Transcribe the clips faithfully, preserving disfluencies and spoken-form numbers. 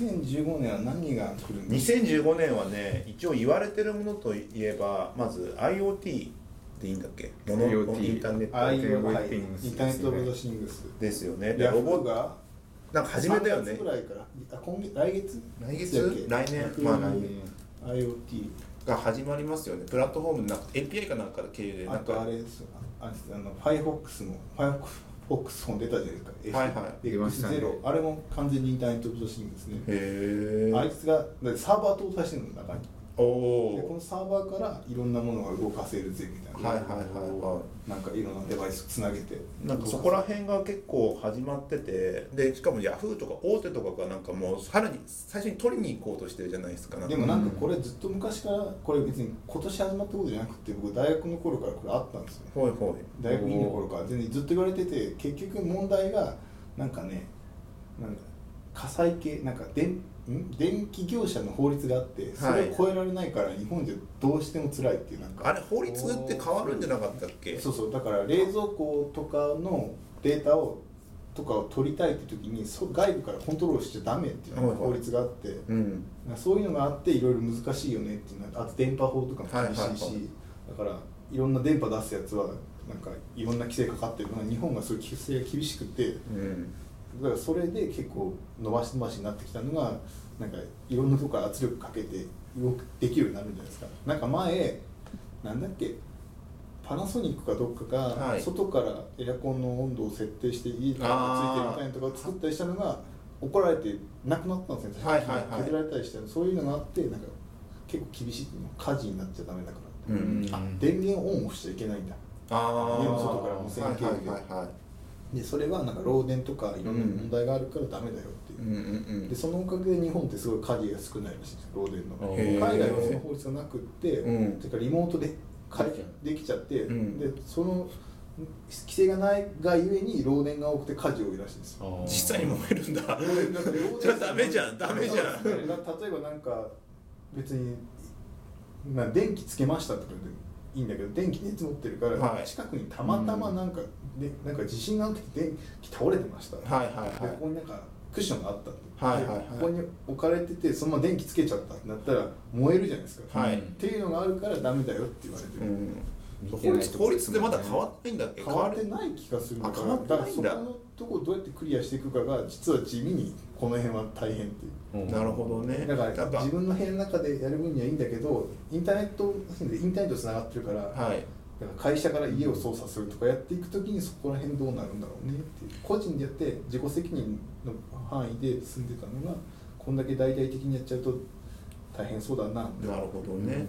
にせんじゅうごねんは何が来るんですか？ にせんじゅうごねんはね、一応言われてるものといえば、まず IoT でいいんだっけ、もの IoT インターネット IoT はいインターネットオブザシングスですよね。でヤフロボーがなんか始めたよねさんがつぐらいからあ今月来月来月来年まあ来年 IoT が始まりますよね。プラットフォームでなんか エーピーアイ かなんかで経由でなあんかとあれですよああの Firefox も Firefox 本出たじゃないですか。 はいはいで出ましたねエックスゼロ あれも完全にインターネットオブザシングスね。 へえあいつがだってサーバー搭載してるの中におおでこのサーバーからいろんなものが動かせるぜみたいな、 はいはいはいはなんかいろんなデバイスつなげていなんかそこら辺が結構始まってて、でしかもヤフーとか大手とかがなんかもうさらに最初に取りに行こうとしてるじゃないですか。なんかでもなんかこれずっと昔からこれ別に今年始まったことじゃなくて僕大学の頃からこれあったんですよ。 ほいほい大学院の頃から全然ずっと言われてて結局問題がなんかねなんか火災系なんか電ん電気業者の法律があってそれを超えられないから日本じゃどうしても辛いっていうなんかあれ法律って変わるんじゃなかったっけ？ そうそうだから冷蔵庫とかのデータをとかを取りたいって時にそ外部からコントロールしちゃダメっていうのが法律があって、 うんそういうのがあっていろいろ難しいよねっていうのはあと電波法とかも厳しいし、 はいはいはいだからいろんな電波出すやつはなんかいろんな規制かかってるのが日本がそういう規制が厳しくてうんだからそれで結構伸ばし伸ばしになってきたのがなんかいろんなとこから圧力かけて動くできるようになるんじゃないですか。なんか前なんだっけパナソニックかどっかが、 はい、 外からエアコンの温度を設定して家についてるみたいなとかを作ったりしたのが怒られてなくなったんですよ、 はいはいはい、 削られたりしてそういうのがあってなんか結構厳しいっていうの火事になっちゃダメだから、 うんあ電源をオンオフしちゃいけないんだあ家の外から無線経由で、 はいはいはいはいでそれはなんか漏電とかいろんな問題があるからダメだよっていう、 うんうんうん、 でそのおかげで日本ってすごい火事が少ないらしいんです漏電のへー海外はその法律がなくって、 うん、 てかリモートでできちゃって、 うん、 でその規制がないがゆえに漏電が多くて火事多いらしいんですよ。 実際に燃えるんだ漏電だって漏電じゃあダメじゃんダメじゃん例えばなんか別に、まあ、電気つけましたとかでいいんだけど電気熱持ってるから、はい、近くにたまたまなんか、うん、でなんか地震が起きて電気倒れてました、 はいはいはい、 でここになんかクッションがあったって、 はいはいはい、 ここに置かれててそのまま電気つけちゃったってなったら燃えるじゃないですか、 はい、 っていうのがあるからダメだよって言われてる、 うん法律法律でまだ変わってないんだっけ？ 変わってない気がするんだから、 変わってないんだ。 だからそこのところどうやってクリアしていくかが実は地味にこの辺は大変っていう、 うん、なるほどね。 だから自分の部屋の中でやる分にはいいんだけどインターネットインターネットつながってるから、 はい、 だから会社から家を操作するとかやっていくときにそこら辺どうなるんだろうねっていう個人でやって自己責任の範囲で進んでたのがこんだけ大々的にやっちゃうと大変そうだな。 なるほどね、うん、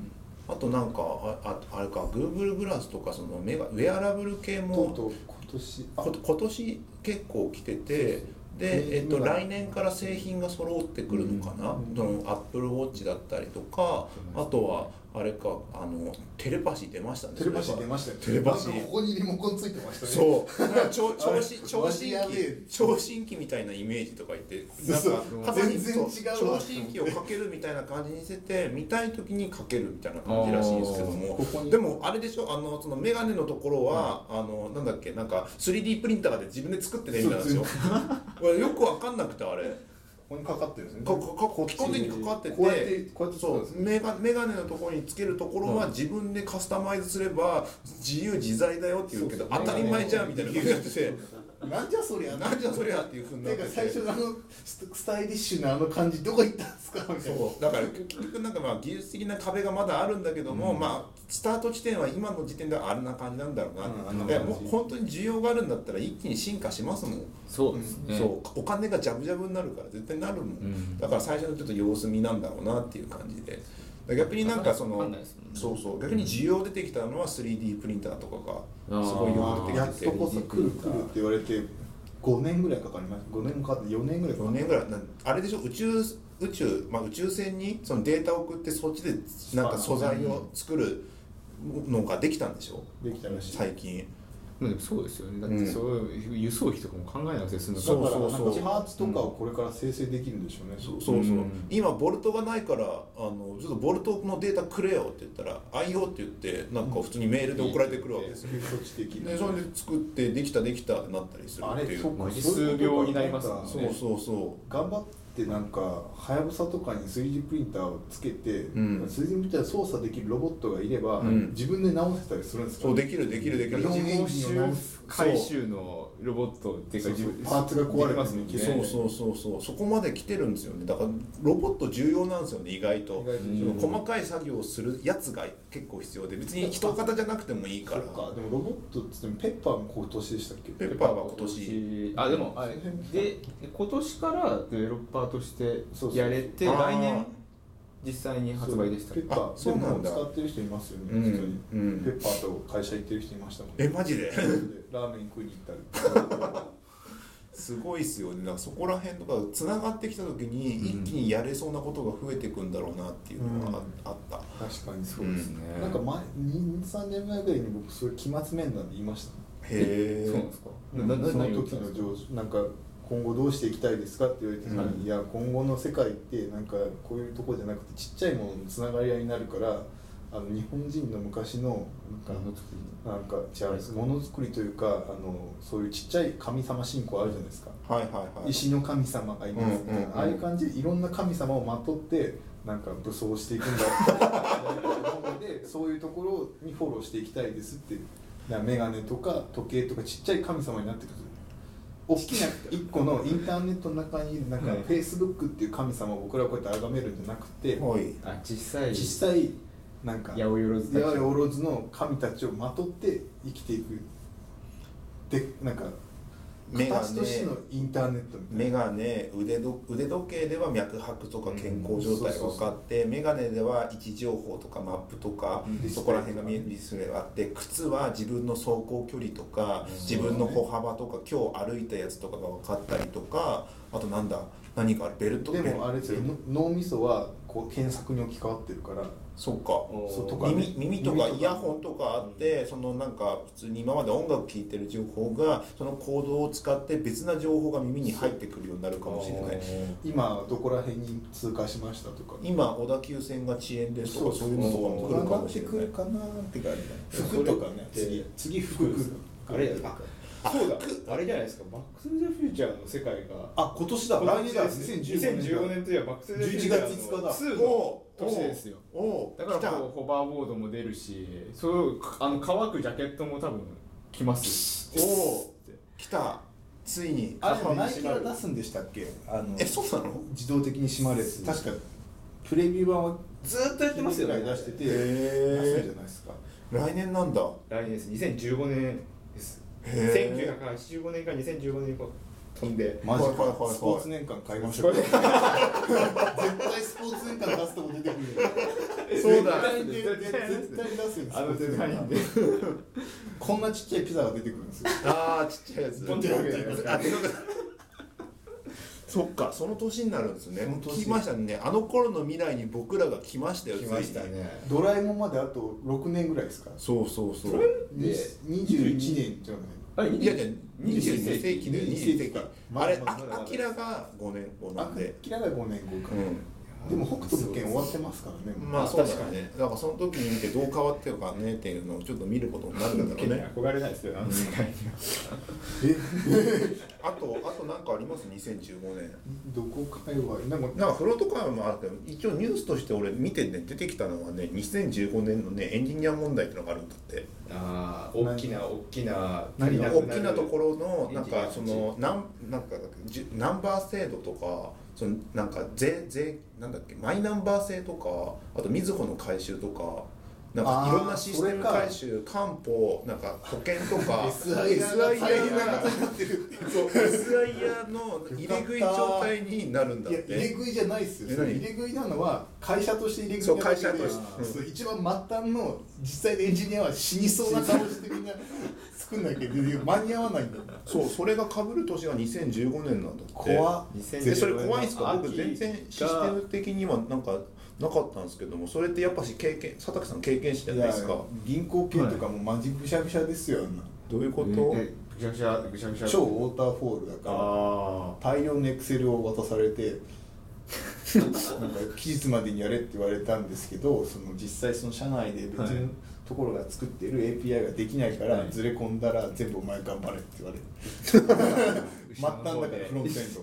あとなんか あ, あれか Google グラスとかそのメガウェアラブル系もとうとう今年こ今年結構来ててで、えっと、来年から製品が揃ってくるのかな、うん、その Apple Watch だったりとか、うん、あとはあれかあのテレパシー出ましたね。 テレパシー出ましたね。 テレパシーここにリモコンついてましたね。 そう超超新超新機超新機みたいなイメージとか言ってなんか全然違う超新機をかけるみたいな感じにしてて見たい時にかけるみたいな感じらしいんですけどもここでもあれでしょあのそのメガネのところは、うん、あのなんだっけなんか スリーディー プリンターで自分で作ってねみたいなんですよ。これよくわかんなくてあれ。 ここにかかってるんですね。 かかか基本的にかかってて、 こうやってこうやってそうメガメガネのところにつけるところは自分でカスタマイズすれば自由自在だよって言うけど当たり前じゃんみたいな感じになってて。 なんじゃそりゃなんじゃそりゃっていうふうになってて最初のあのスタイリッシュなあの感じどこ行ったんですかみたいな。 そうだから結局なんかまあ技術的な壁がまだあるんだけども、うん、まあスタート地点は今の時点ではあんな感じなんだろうな、うん、でもう本当に需要があるんだったら一気に進化しますもん。 そうですね。 そうお金がジャブジャブになるから絶対なるもん、うん、だから最初のちょっと様子見なんだろうなっていう感じで。逆になんかその、そうそう逆に需要出てきたのは スリーディー プリンターとかがすごいよく出てきてて、 やっとこそ来る来るって言われてごねんぐらいかかりますごねんもかかってよねんぐらいかかよねんぐらいあれでしょ宇宙宇宙、まあ、宇宙船にそのデータを送ってそっちでなんか素材を作るのができたんでしょ。 できたらしい最近。 そうですよね。だってそういう輸送費とかも考えなくて済むから、 だからなんかパーツとかをこれから生成できるんでしょうね。 そうそうそう、うん、今ボルトがないからあのちょっとボルトのデータくれよって言ったら「あいよ」って言ってなんか普通にメールで送られてくるわけですよ、うん、でそれで作ってできたできたってなったりするっていうあれ数秒になりますもんね。 そうそうそう頑張っってなんかはやぶさとかに スリーディー プリンターをつけて、うん、スリーディー プリンターで操作できるロボットがいれば、うん、自分で直せたりするんですか、 そうできるできるできる日本語回収のロボットっていうか自分パーツが壊れますね。 そうそうそうそうそこまで来てるんですよね。だからロボット重要なんですよね意外と。意外とその細かい作業をするやつが結構必要で、別に人型じゃなくてもいいから。 そっか。でもロボットって言ってもペッパーも今年でしたっけ？ ペッパーは今年。 あでもあれで今年からデベロッパーとしてやれて来年実際に発売でした。 ペッパーそうなんだ。使ってる人いますよね。普通に、うん、ペッパーと会社行ってる人いましたもん。 えマジで？ ラーメン食いに行ったり。 すごいっすよね。だからそこら辺とかつながってきた時に一気にやれそうなことが増えていくんだろうなっていうのが あ,、うん、あった。 確かにそうですね。うん、なんか前に、さんねんまえぐらいに僕それ期末面談で言いました、ね。 へえ。そうなんですか。 うん、その時の上司なんか。今後どうしていきたいですかって言われてたのに、うん、いや今後の世界ってなんかこういうとこじゃなくてちっちゃいもののつながり合いになるから、あの日本人の昔のなんかなんか違うものづくりというか、あのそういうちっちゃい神様信仰あるじゃないですか、 はいはいはい、 石の神様がいますみたいな、うんうんうん、ああいう感じでいろんな神様をまとってなんか武装していくんだってでそういうところにフォローしていきたいですって、メガネとか時計とかちっちゃい神様になってくる。大きな一個のインターネットの中になんかフェイスブックっていう神様を僕らはこうやって崇めるんじゃなくて、 はい、あ実際実際なんか八百万の神たちをまとって生きていくで、なんか形としてのインターネットみたいな。 メガネ、腕ど腕時計では脈拍とか健康状態が分かって、メガネでは位置情報とかマップとか、うん、そこら辺が見えるディスプレイがあって、靴は自分の走行距離とか、うん、自分の歩幅とか今日歩いたやつとかが分かったりとか、あとなんだ何かあるベルトでもあれですよ、脳みそはこう検索に置き換わってるから。 そうか、そうとか、ね、耳, 耳とかイヤホンとかあって、うん、そのなんか普通に今まで音楽聴いてる情報がそのコードを使って別な情報が耳に入ってくるようになるかもしれない。 今どこら辺に通過しましたとか、 今小田急線が遅延ですとかそういうのとかも来るかもしれない。 来るかなって感じ。服とかね、次次服来る。 あれあそうだ、あれじゃないですか、バックス・ザ・フューチャーの世界があ今年だ、来年だ、にせんじゅうごねんといえばバックス・ザ・フューチャーのツーの年ですよ。だからこうホバーボードも出るし、そうあの乾くジャケットも多分来ますおお来た、ついに。 あれもナイキが出すんでしたっけ、あのえそうなの、 自動的に閉まれる。確かプレビュー版はずっとやってますよね、出してて、出すんじゃないですか。 来年なんだ。 来年です。にせんじゅうごねんです。せんきゅうひゃくはちじゅうごねんからにせんじゅうごねんに飛んで、 マジか、スポーツ年間買いましょう。絶対スポーツ年間出すとこ出てくる。 そうだ、 絶対出すよ。 あのデザインでこんなちっちゃいピザが出てくるんですよ。 ああ、ちっちゃいやつ。そっか、その年になるんですね。来ましたね。あの頃の未来に僕らが来ましたよ。 来ましたね。 ドラえもんまであとろくねんぐらいですか。 そうそうそう。 にじゅういちねんじゃない。 あれいやいやにじゅうにせいきでにじゅう世紀。あれあアキラがごねんごなんで。 アキラがごねんごか。でも北斗の拳終わってますからね。 まあそうだね。だからその時に見てどう変わってるかねっていうのをちょっと見ることになるんだろうね。 憧れないですよ、あの世界には。 えあとあとなんかあります？にせんじゅうごねん。 どこ界隈なんかなんかフロント界もあって、一応ニュースとして俺見てね出てきたのはね、にせんじゅうごねんのねエンジニア問題ってのがあるんだって。 ああ、大きな大きな大きなところのなんかそのなんなんかナンバー制度とか。そのなんか税税なんだっけマイナンバー制とか、あとみずほの回収とか、なんかいろんなシステム回収、官報、なんか保険とか エスアイアール が大変なことになってるっていう。そう エスアイアール の入れ食い状態になるんだって。 いや入れ食いじゃないっすよ。入れ食いなのは会社として入れ食いなだけで、そう会社として、うん、一番末端の実際のエンジニアは死にそうな顔してみんな作んなきゃ間に合わないんだよ。 そうそれが被る年がにせんじゅうごねんなんだって。 怖っ。 でそれ怖いんですか。僕全然システム的にはなんかなかったんですけども、それってやっぱし経験、佐竹さん経験者じゃないですか。 銀行系とかもマジぐしゃぐしゃですよ。 どういうこと？ ぐしゃぐしゃぐしゃぐしゃ。 超ウォーターフォールだから大量のエクセルを渡されてなんか期日までにやれって言われたんですけど、その実際その社内で別のところが作っている エーピーアイ ができないからずれ込んだら全部お前頑張れって言われる。末端だからフロントエンド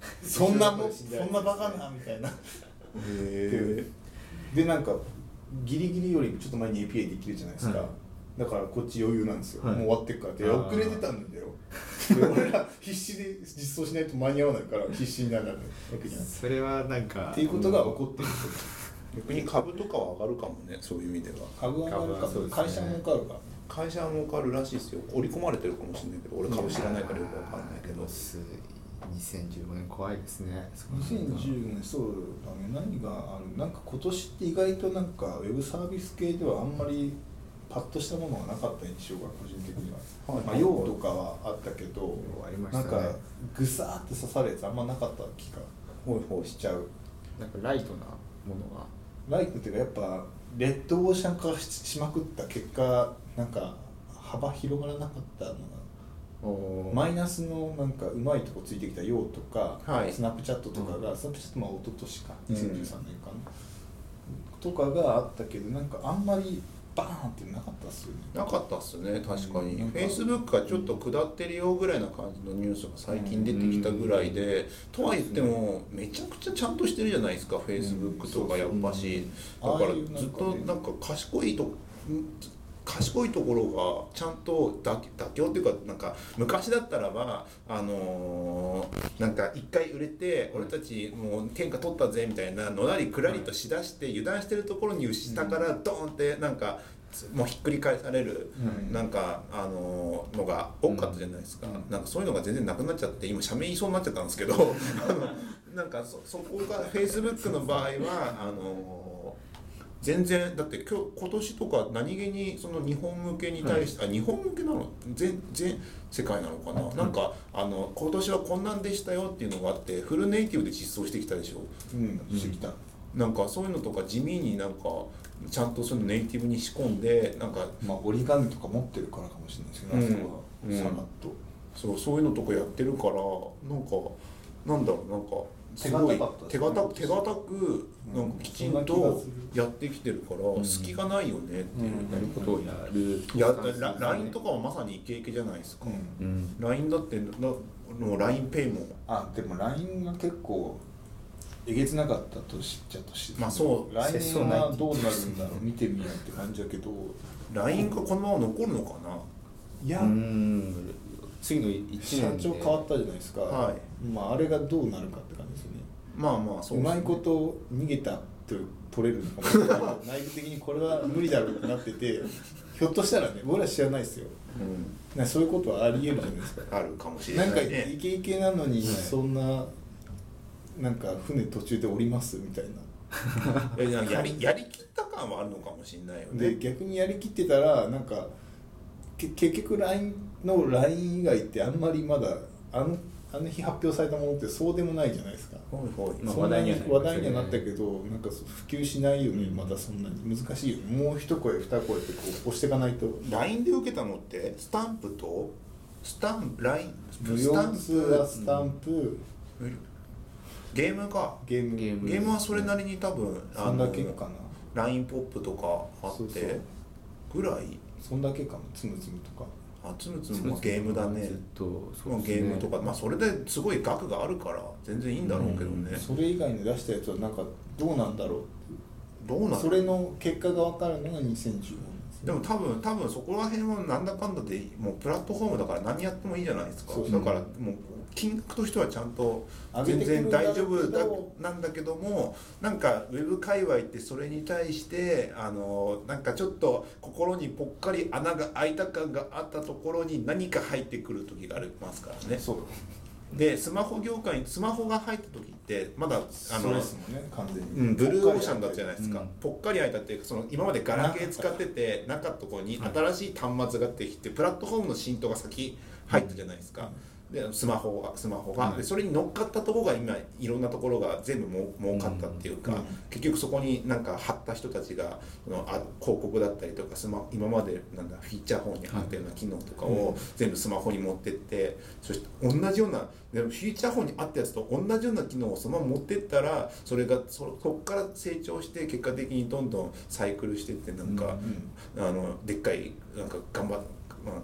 そんなもそんなバカなみたいな。へでなんかギリギリよりちょっと前に エーピーアイ できるじゃないですか、はい、だからこっち余裕なんですよ、はい、もう終わってるからで遅れてたんだよ俺ら必死で実装しないと間に合わないから必死になるわけじゃない。 それはなんかっていうことが起こってるんですよ。 逆に株とかは上がるかもね、そういう意味では。 株は上がるかも、ね、会社も儲かるか会社は儲かるらしいですよ。織り込まれてるかもしれないけど俺株知らないからよくわかんないけど。 にせんじゅうごねん怖いですね。 にせんじゅうごねんそうだね。何があるなんか今年って意外となんかウェブサービス系ではあんまりパッとしたものがなかった印象が個人的には、はい、まあ用とかはあったけど、ありましたね、なんかグサーって刺さるやつあんまなかった気がほいほいしちゃう。 なんかライトなものがライトっていうかやっぱレッドオーシャン化 し, しまくった結果なんか幅広がらなかったのがマイナスのなんかうまいとこついてきた用とか、はい、スナップチャットとかが、うん、スナップチャットまあ一昨年かにせんじゅうさんねんかな、うん、とかがあったけどなんかあんまりバーンってなかったっすよね。 なかったっすね確かに。フェイスブックがちょっと下ってるよぐらいな感じのニュースが最近出てきたぐらいで、うん、とは言ってもめちゃくちゃちゃんとしてるじゃないですかフェイスブックとかやっぱし、だからずっとなんか賢いと賢いところがちゃんと妥協っていうかなんか昔だったらばあのー、なんか一回売れて俺たちもう天下取ったぜみたいなのらりくらりとしだして油断してるところに下からドーンってなんかもうひっくり返されるなんかあののが多かったじゃないですか。なんかそういうのが全然なくなっちゃって今社名言いそうになっちゃったんですけどなんか そ, そこがフェイスブックの場合はあの全然だって今日今年とか何気にその日本向けに対して、はい、あ日本向けなの全全世界なのかな、はい、なんかあの今年はこんなんでしたよっていうのがあってフルネイティブで実装してきたでしょ。 うんしてきた。 なんかそういうのとか地味になんかちゃんとそのネイティブに仕込んでなんかまあ折り紙とか持ってるからかもしれないですけど、うん、あそこはさらっと、 うん、そうそういうのとかやってるからなんかなんだろうなんかすごい手堅く手堅くなんかきちんとやってきてるから、うん、隙がないよねっていう、うん、 やることをやるや ライン とかはまさにイケイケじゃないですか、うん、ライン だっての ラインペイ もあでも ライン が結構えげつなかったとしちゃとしまあそう来年はどうなるんだろう見てみようって感じだけどライン がこのまま残るのかな。 いやうん次のいちねんで社長変わったじゃないですか、はい、まああれがどうなるかって感じですよね。 まあまあそうですね、 うまいこと逃げたって取れるのかもしれない内部的にこれは無理だろうってなっててひょっとしたらね僕ら知らないですよ、うん、なそういうことはありえるじゃないですか。 あるかもしれないね。 なんかイケイケなのにそんななんか船途中で降りますみたいなや, や, りやりきった感はあるのかもしれないよね。 で逆にやりきってたらなんかけ結局 ライン の ライン 以外ってあんまりまだあのあの日発表されたものってそうでもないじゃないですか。 はいはい、 まあ、話題には話題にはなったけどなんか普及しないよね、うん、まだそんなに難しいよね。もう一声二声ってこう押していかないと。 ライン で受けたのってスタンプとスタンプ ライン無料通話スタンプ、 うん、ゲームかゲームゲームゲームはそれなりに多分そんだけかな。 ライン ポップとかあってそうそうぐらいそんだけかも。つむつむとかあつむつむもゲームだね。ずっとそうですね、ゲームとかまあそれですごい額があるから全然いいんだろうけどね、うん、 それ以外に出したやつはなんかどうなんだろう。 どうなんそれの結果が分かるのがにせんじゅうごねんですね。 でも多分多分そこら辺はなんだかんだでもうプラットフォームだから何やってもいいじゃないですか。そうそうだからもう金額としてはちゃんと全然大丈夫だなんだけどもなんかウェブ界隈ってそれに対してあのなんかちょっと心にぽっかり穴が開いた感があったところに何か入ってくる時がありますからね。 そうでスマホ業界にスマホが入った時ってまだあのそうですもんね完全に、 うん、ブルーオーシャンだったじゃないですか。ぽっかり開いたっていうかその今までガラケー使っててなかったところに新しい端末ができてプラットフォームの浸透が先入ったじゃないですか、うんでスマホがスマホが、うん、でそれに乗っかったところが今いろんなところが全部も儲かったっていうか、うん、結局そこになんか貼った人たちがそのあ広告だったりとかスマ今までなんだフィーチャーフォンに貼ったような機能とかを全部スマホに持ってって、うん、そして同じようなでフィーチャーフォンにあったやつと同じような機能をそのまま持ってったらそれがそそこから成長して結果的にどんどんサイクルしてってなんか、うんうん、あのでっかいなんか頑張っ、まあ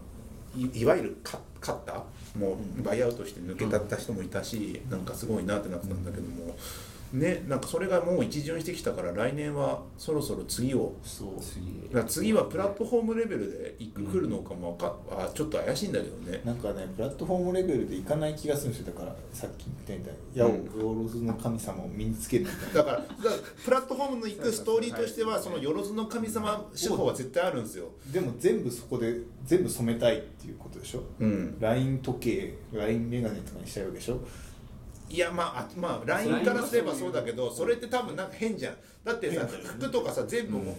い, いわゆる勝ったもうバイアウトして抜けたった人もいたし、うん、なんかすごいなってなってたんだけども、ね、なんかそれがもう一巡してきたから来年はそろそろ次をそう次, 次はプラットフォームレベルでいく、うん、来るのかもかあちょっと怪しいんだけどね。 なんかねプラットフォームレベルでいかない気がするんですよ。だからさっき言ったみたいに矢をよろずの神様を身につけるみたいな、 だからだからプラットフォームの行くストーリーとしてはそのよろずの神様手法は絶対あるんですよ。 でも全部そこで全部染めたいっていうことでしょ、うん、ライン 時計 ライン メガネとかにしたいわけでしょ。 いやまあまあ ライン からすればそうだけどそれって多分なんか変じゃん。だってさ服とかさ全部、うん、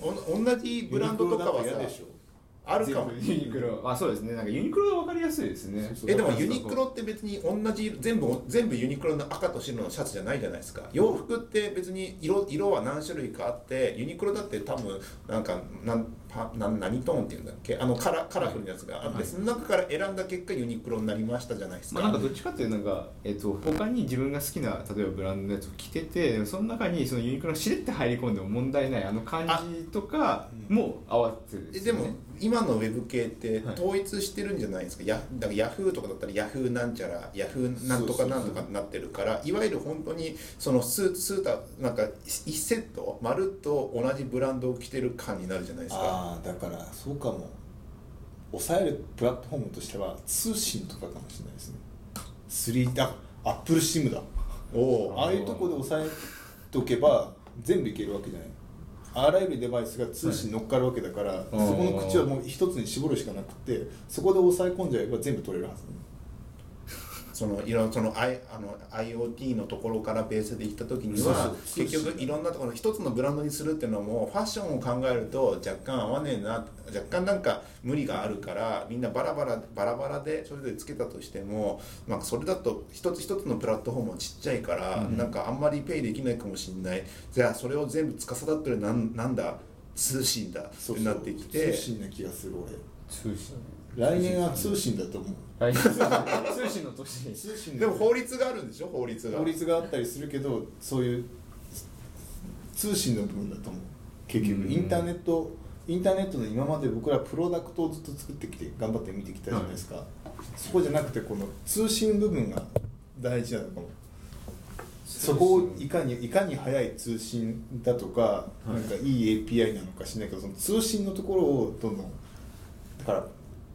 同じブランドとかはさあるかも。 ユニクロあそうですね。なんかユニクロが分かりやすいですね。 そうそうえでもユニクロって別に同じ全部全部ユニクロの赤と白のシャツじゃないじゃないですか。洋服って別に 色, 色は何種類かあってユニクロだって多分なんかなんパな何トーンっていうんだっけあのカラカラフルなやつがあって、はい、その中から選んだ結果ユニクロになりましたじゃないですか。 まあ、なんかどっちかっていうとなんか、えっと、他に自分が好きな例えばブランドのやつを着ててその中にそのユニクロがしれって入り込んでも問題ないあの感じとかも合わせてですね。でも今のウェブ系って統一してるんじゃないですか。やだからヤフーとかだったらヤフーなんちゃらヤフーなんとかなんとかになってるからいわゆる本当にそのスーツスーターなんか一セットまるっと同じブランドを着てる感になるじゃないですか。 ああだからそうかも。抑えるプラットフォームとしては通信とかかもしれないですね。スリーあアップルシムだ。おああいうところで抑えとけば全部いけるわけじゃない。あらゆるデバイスが通信乗っかるわけだから、はい、そこの口はもう一つに絞るしかなくてそこで抑え込んじゃえば全部取れるはず、ね、 そのいろんなその I あの IoT のところからベースでいった時には結局いろんなところ一つのブランドにするっていうのもファッションを考えると若干合わねえな若干なんか無理があるからみんなバラバラバラバラでそれぞれつけたとしてもなんかそれだと一つ一つのプラットフォームはちっちゃいから、うん、なんかあんまりペイできないかもしれない。じゃあそれを全部司ってるなんなんだ通信だってなってきて通信な気がする俺。 通信来年は通信だと思う。 来年通信の年通信でも法律があるんでしょ。法律が法律があったりするけどそういう通信の部分だと思う。結局インターネットインターネットの今まで僕らプロダクトをずっと作ってきて頑張って見てきたじゃないですか、はい、そこじゃなくてこの通信部分が大事なのかも。そこをいかにいかに早い通信だとか、はい、なんかいい エーピーアイ なのかしないけどその通信のところをどんどんだから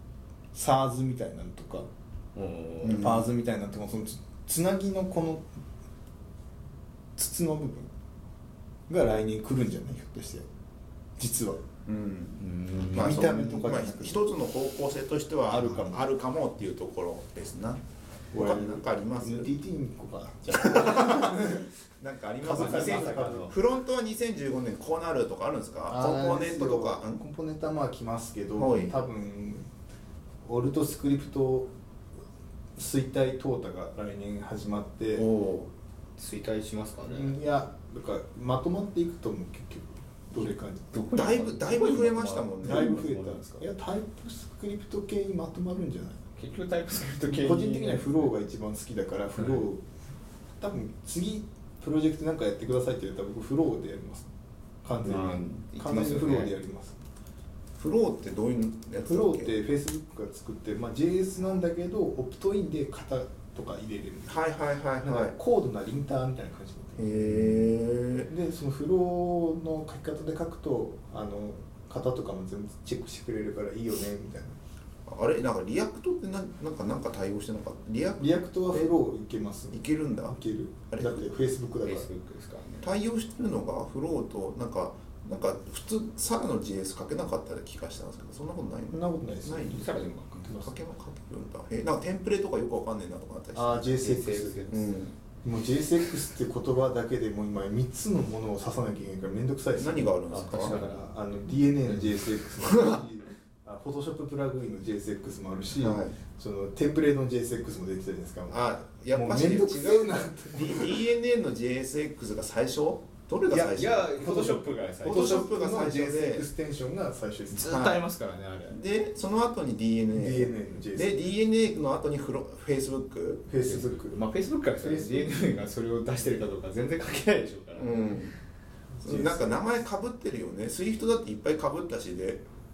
SARS みたいなのとか パーズ みたいなのとかそのつなぎのこの筒の部分が来年来るんじゃないひょっとして実は。うんうんまあ、見た目とか、 まあ、一つの方向性としてはあるかもあるかもっていうところですな。他に何かあります？ エヌティーティー に行こうかな。なんかありますか？フロントはにせんじゅうごねんこうなるとかあるんですか？コンポーネントとか。 コンポーネントはまあ来ますけど、多分オルトスクリプト衰退淘汰が来年始まって衰退しますかね。 いやだからまとまっていくと思う結局。どれかにだいぶだいぶ増えましたもんね。 だいぶ増えたんですか。いやタイプスクリプト系にまとまるんじゃない。 結局タイプスクリプト系に個人的にはフローが一番好きだからフロー、はい、多分次プロジェクトなんかやってくださいって言ったら僕フローでやります。完全に、まあ、完全にフローでやります。 フローってどういうやつだっけ？ フローって Facebook が作って、まあ、ジェイエス なんだけどオプトインで型とか入れれる。 はいはいはいはい。 高度なリンターみたいな感じ。へでそのフローの書き方で書くとあの型とかも全部チェックしてくれるからいいよねみたいな。あれなんかリアクトってななんかなんか対応してなかった？リアクトリアクトはフローいけます、 ね、いけるんだ。いける。あれだって Facebook だから。 Facebook ですからね。 対応してるのがフローとなんかなんか普通サラの ジェイエス 書けなかったら気がしたんですけどそんなことないの？ そんなことないです。 ない。サラでも書けば書けるんだ。えなんかテンプレとかよくわかんねえなとかあったりして。 ああ ジェイエスエックス。うん。もう ジェイエスエックス って言葉だけでもう今みっつのものを指さなきゃいけないからめんどくさいです。 何があるんですか？ だからあの ディーエヌエー の ジェイエスエックス もあるしフォトショッププラグインの ジェイエスエックス もあるし、はい、そのテンプレの ジェイエスエックス も出てたじゃないですか。 あやっぱり違うな。ディーエヌエー の ジェイエスエックス が最初どれが最初？ いやフォトショップが最初。 フォトショップが最初でジェイエスエックス テンションが最初です。 ずっとありますからね、はい、あれ。 でその後に ディーエヌエー。 ディーエヌエー の ジェイエスエックス。 で ディーエヌエー の後にフロ Facebook。 Facebook。 まあ Facebook からしたら ディーエヌエー がそれを出してるかどうか全然関係ないでしょうから。 うん。なんか名前被ってるよね。スイフトだっていっぱい被ったしで。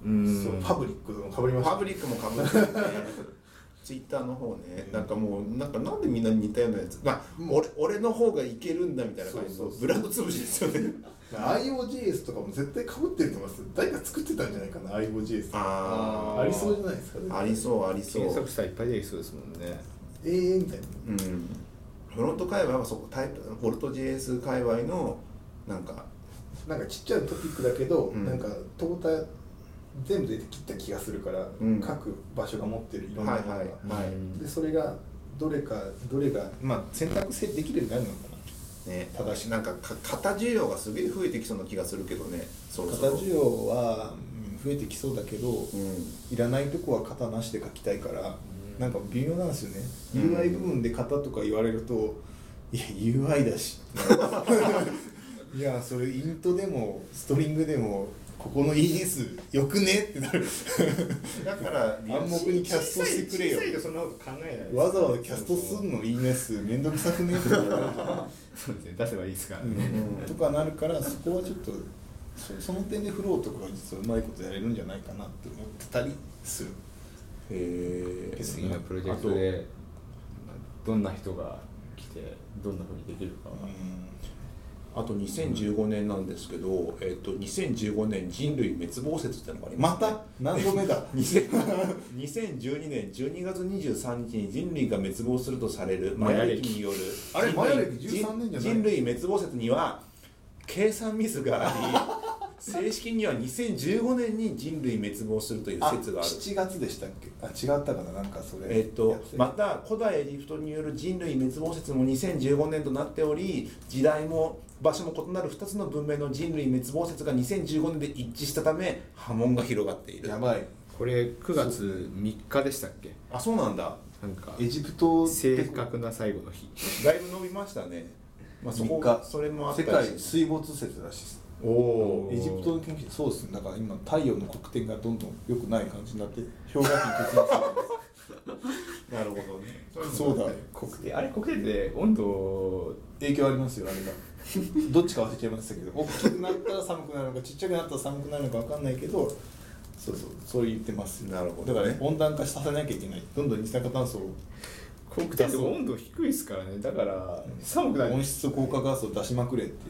うんそうパブリックもかぶりました。 パブリックもかぶってねツイッターの方ね、なんかもうなんかなんでみんな似たようなやつ、まあ俺俺の方がいけるんだみたいな感じのブランド潰しですよね。 アイオージェーエス とかも絶対かぶってると思います。誰か作ってたんじゃないかな アイオージェーエス。あありそうじゃないですかね。 ありそうありそう。 検索したらいっぱい出てきそうですもんね。 ええー、みたいな。 うん。フロント界隈はそこタイプボルト ジェイエス 界隈のなんかなんかちっちゃいトピックだけど、 うん、 なんかトータル全部出てきた気がするから、うん、各場所が持ってるいろんなものが、はいはいはい、でそれがどれかどれがまあ選択性できるようになるのかな。 ね、ただしなんか型需要がすげえ増えてきそうな気がするけどね。 そろそろ型需要は、うん、増えてきそうだけど、うん、いらないとこは型なしで書きたいから、うん、なんか微妙なんですよね、うん、ユーアイ 部分で型とか言われるといや ユーアイ だしいやそれイントでもストリングでもここの イーエス よくねってなるだから暗黙にキャストしてくれよ。 そんなこと考えない。 わざわざキャストすんの イーエス めんどくさくねってなるそうですね、出せばいいですからね、 うん、とかなるからそこはちょっと そ, その点でフローとかは実はうまいことやれるんじゃないかなって思ってたりする。 へえ。 次のプロジェクトでどんな人が来てどんな風にできるかは、うんあとにせんじゅうごねんなんですけど、えっとにせんじゅうごねん人類滅亡説ってのがあります、 ね、また何度目だにせんじゅうにねんじゅうにがつにじゅうさんにちに人類が滅亡するとされるマヤ暦によるあれマヤ暦じゅうさんねんじゃない人類滅亡説には計算ミスがあり正式にはにせんじゅうごねんに人類滅亡するという説がある。 しちがつでしたっけ。あ違ったかな、なんかそれ。 えっとまた古代エジプトによる人類滅亡説もにせんじゅうごねんとなっており、時代も場所も異なるふたつの文明の人類滅亡説がにせんじゅうごねんで一致したため波紋が広がっている。 やばい。 これくがつみっかでしたっけ。 あ、そうなんだ。 なんかエジプト正確な最後の日だいぶ伸びましたね。まあそこがそれもあったし、 世界水没説らしいです。おエジプトの研究そうですね。だから今太陽の黒点がどんどん良くない感じになって氷河期に突入してるんですなるほどね。 そうだ。 黒点あれ黒点って温度影響ありますよあれが。どっちか忘れちゃいましたけど、大きくなったら寒くなるのかちっちゃくなったら寒くなるのか分かんないけど、そうそうそう言ってます。 なるほど、 ね。だからね温暖化させなきゃいけない。どんどん二酸化炭素を。 黒点って温度低いですからね。だから寒くなる。 温室効果ガスを出しまくれっていう。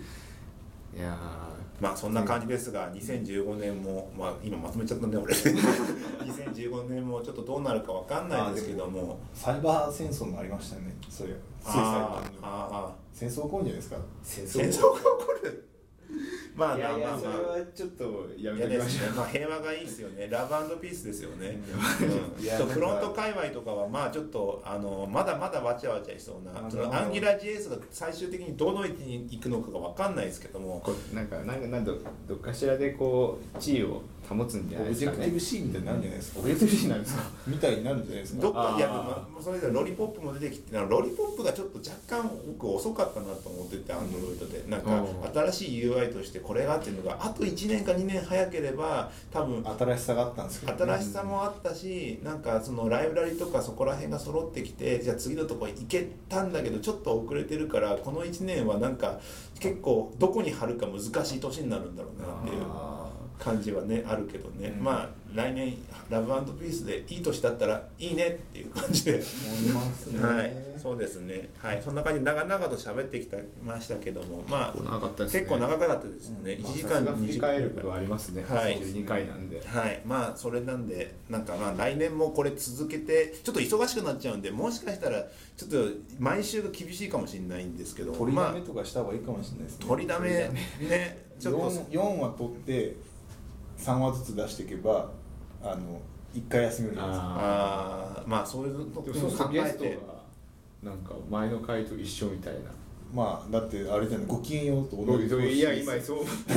いやまあそんな感じですが、にせんじゅうごねんも、まあ、今まとめちゃったんだよ俺にせんじゅうごねんもちょっとどうなるかわかんないですけども、 サイバー戦争もありましたね。それつい最近に戦争起こるんじゃないですか。 戦争が起こるまあまあまあまあそれはちょっとやめてみましょう。まあ平和がいいですよね。ラブ&ピースですよね。うん、フロント界隈とかはまあちょっとあのまだまだわちゃわちゃしそうな、そのアンギュラー ジェイエス が最終的にどの位置に行くのかがわかんないですけども、 なんかなんかなんどどっかしらでこう地位を保つんじゃないですかね。 オブジェクティブ C みたいになるんじゃないですか。 オブジェクティブ C なんですか。 みたいになるんじゃないですか。 どっかいやまあそれでロリポップも出てきて、ロリポップがちょっと若干僕遅かったなと思ってて、アンドロイドでなんか新しい ユーアイ としてこれがっていうのがあといちねんかにねん早ければ多分新しさがあったんですけど、 ね、新しさもあったし、なんかそのライブラリとかそこら辺が揃ってきて、じゃあ次のとこ行けたんだけどちょっと遅れてるから、このいちねんはなんか結構どこに貼るか難しい年になるんだろうなっていう感じはねあるけどね、うん、まあ来年ラブ&ピースでいい年だったらいいねっていう感じで思いますね。 はい、そうですね。はい、そんな感じで長々と喋ってきてましたけども、まあ長かったですね、 結構長かったですね。いちじかんにじゅっぷん振り返ることはありますね。 はい、 じゅうにかいなんで。 はい、まあそれなんでなんかまあ来年もこれ続けてちょっと忙しくなっちゃうんで、もしかしたらちょっと毎週が厳しいかもしれないんですけど、 取りだめとかした方がいいかもしれないですね。 取りだめね、 ちょっとよんわ取ってさんわずつ出していけば。あの一回休みよりです。 ああ、まあそういうのと考えてなんか前の回と一緒みたいな。 まあだってあれじゃない、ごきげんようと同じ。 いや今そう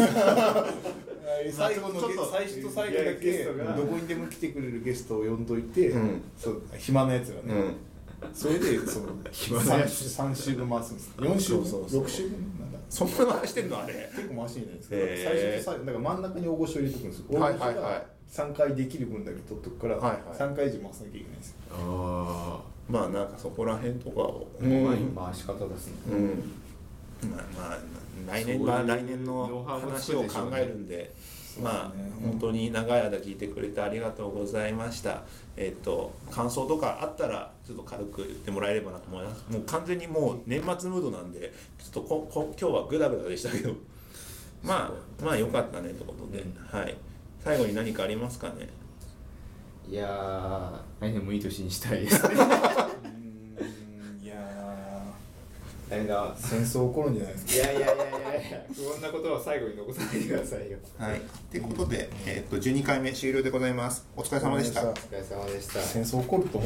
最後の最初と最後だけどこにでも来てくれるゲストを呼んどいて、うん、そう暇なやつがね、うん、それでその暇なやつさん週分回すんです。よん週分ろく週分なんだ。 そんな回してんのあれ。 結構回してんじゃないですか。最初と最後だから真ん中に大御所入れとくんですよ。大御所がさんかいできる分だけ取っとくから、はいはい、さんかい以上回さなきゃいけないんですよ。 ああ、まあなんかそこら辺とかを、 うん、回し方ですね。 うん、まあまあ来年は来年の話を考えるんで、 まあ本当に長い間聞いてくれてありがとうございました。えっと感想とかあったらちょっと軽く言ってもらえればなと思います。もう完全にもう年末ムードなんでちょっとここ今日はグダグダでしたけど、まあまあ良かったねということで、はい。最後に何かありますかね。 いやー、来年もいい年にしたいですね。 うーんいやーダメだ。 戦争起こるんじゃないですか。 いやいやいやいやいや、不穏なことは最後に残さないでくださいよ。 はい。ということで、えっとじゅうにかいめ終了でございます。お疲れ様でした。 お疲れ様でした。 戦争起こると